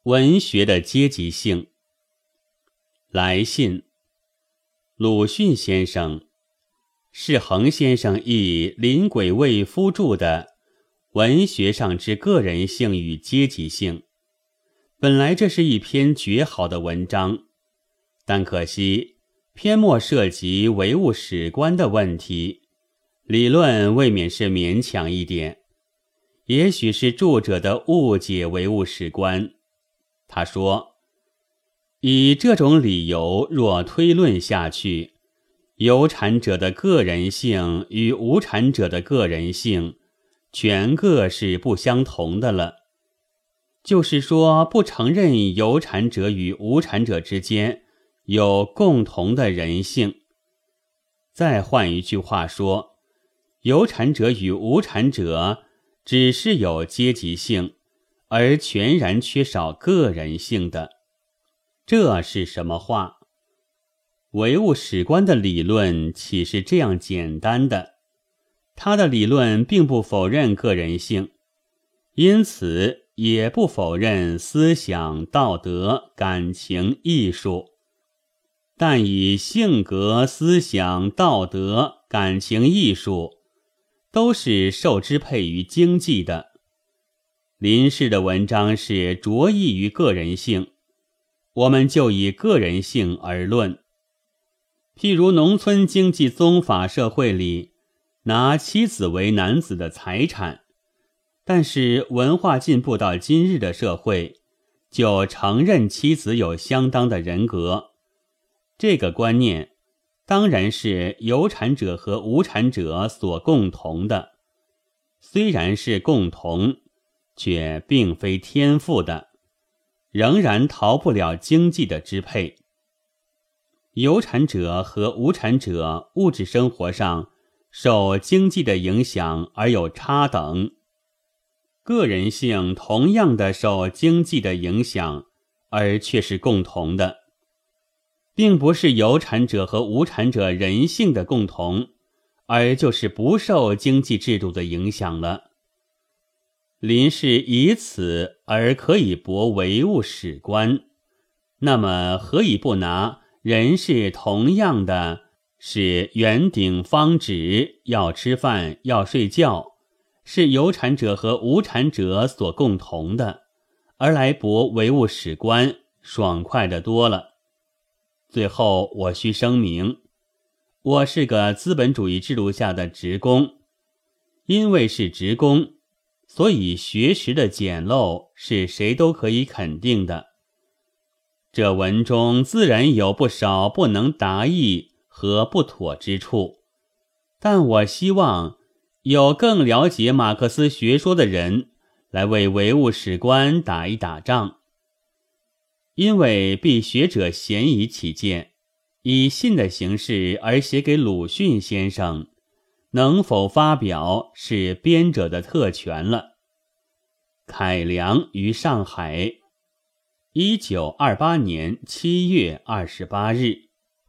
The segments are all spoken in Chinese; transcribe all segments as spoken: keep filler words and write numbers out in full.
文学的阶级性。来信，鲁迅先生，释恒先生译林轨卫夫著的《文学上之个人性与阶级性》。本来这是一篇绝好的文章，但可惜篇末涉及唯物史观的问题，理论未免是勉强一点，也许是著者的误解唯物史观。他说，以这种理由若推论下去，有产者的个人性与无产者的个人性全个是不相同的了。就是说，不承认有产者与无产者之间有共同的人性。再换一句话说，有产者与无产者只是有阶级性，而全然缺少个人性的。这是什么话？唯物史观的理论岂是这样简单的？他的理论并不否认个人性，因此也不否认思想、道德、感情、艺术，但以性格、思想、道德、感情、艺术都是受支配于经济的。林氏的文章是着意于个人性，我们就以个人性而论。譬如农村经济宗法社会里，拿妻子为男子的财产，但是文化进步到今日的社会，就承认妻子有相当的人格。这个观念当然是有产者和无产者所共同的，虽然是共同，却并非天赋的，仍然逃不了经济的支配。有产者和无产者物质生活上受经济的影响而有差等，个人性同样的受经济的影响，而却是共同的，并不是有产者和无产者人性的共同，而就是不受经济制度的影响了。林氏以此而可以驳唯物史观，那么何以不拿人是同样的，是圆顶方直，要吃饭要睡觉，是有产者和无产者所共同的，而来驳唯物史观，爽快得多了。最后我须声明，我是个资本主义制度下的职工，因为是职工，所以学识的简陋是谁都可以肯定的。这文中自然有不少不能达意和不妥之处，但我希望有更了解马克思学说的人来为唯物史观打一打仗。因为避学者嫌疑起见，以信的形式而写给鲁迅先生，能否发表是编者的特权了。凯良于上海，一九二八年七月二十八日。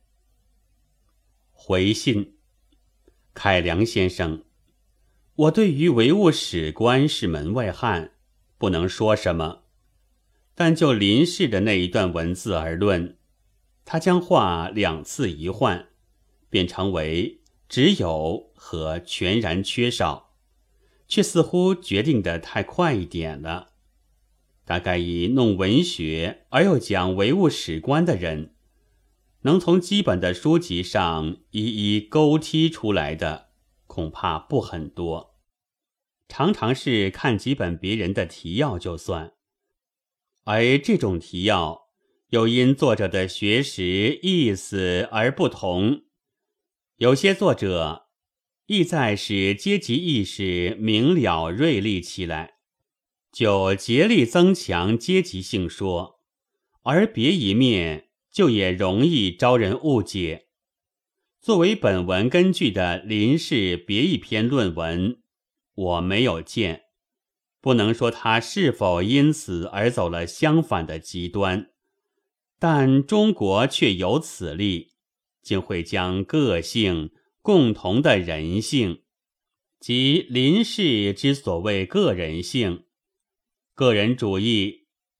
回信，凯良先生，我对于唯物史观是门外汉，不能说什么。但就林氏的那一段文字而论，他将话两次一换，变成为只有和全然缺少，却似乎决定得太快一点了。大概以弄文学而又讲唯物史观的人，能从基本的书籍上一一勾剔出来的，恐怕不很多，常常是看几本别人的提要就算。而这种提要又因作者的学识意思而不同，有些作者意在使阶级意识明了锐利起来，就竭力增强阶级性说，而别一面就也容易招人误解。作为本文根据的林氏别一篇论文，我没有见，不能说他是否因此而走了相反的极端，但中国却有此例，竟会将个性共同的人性，即林氏之所谓个人性，个人主义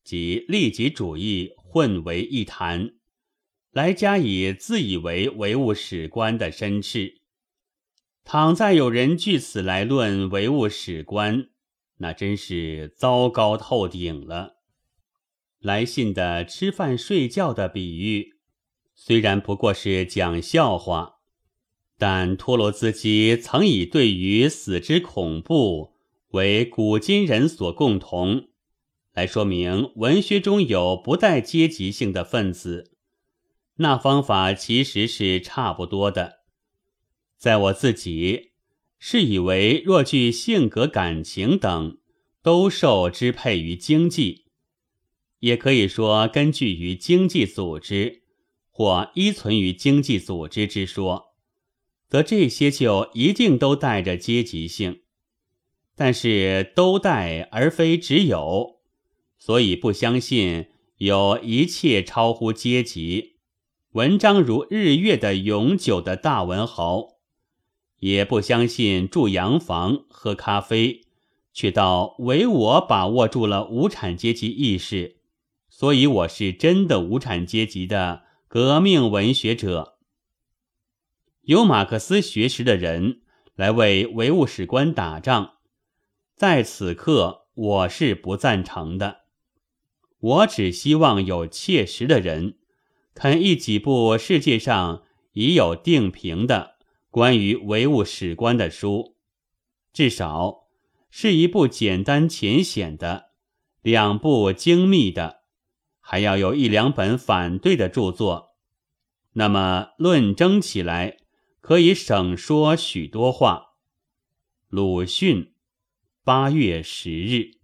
即利己主义混为一谈，来加以自以为唯物史观的申斥。倘再有人据此来论唯物史观，那真是糟糕透顶了。来信的吃饭睡觉的比喻，虽然不过是讲笑话，但托罗茨基曾以对于死之恐怖为古今人所共同，来说明文学中有不带阶级性的分子。那方法其实是差不多的。在我自己是以为若具性格感情等都受支配于经济，也可以说根据于经济组织或依存于经济组织之说，则这些就一定都带着阶级性。但是都带而非只有，所以不相信有一切超乎阶级，文章如日月的永久的大文豪，也不相信住洋房喝咖啡，却到唯我把握住了无产阶级意识，所以我是真的无产阶级的革命文学者。有马克思学识的人来为唯物史观打仗，在此刻我是不赞成的。我只希望有切实的人肯译几部世界上已有定评的关于唯物史观的书，至少是一部简单浅显的，两部精密的，还要有一两本反对的著作，那么论争起来可以省说许多话。鲁迅，八月十日。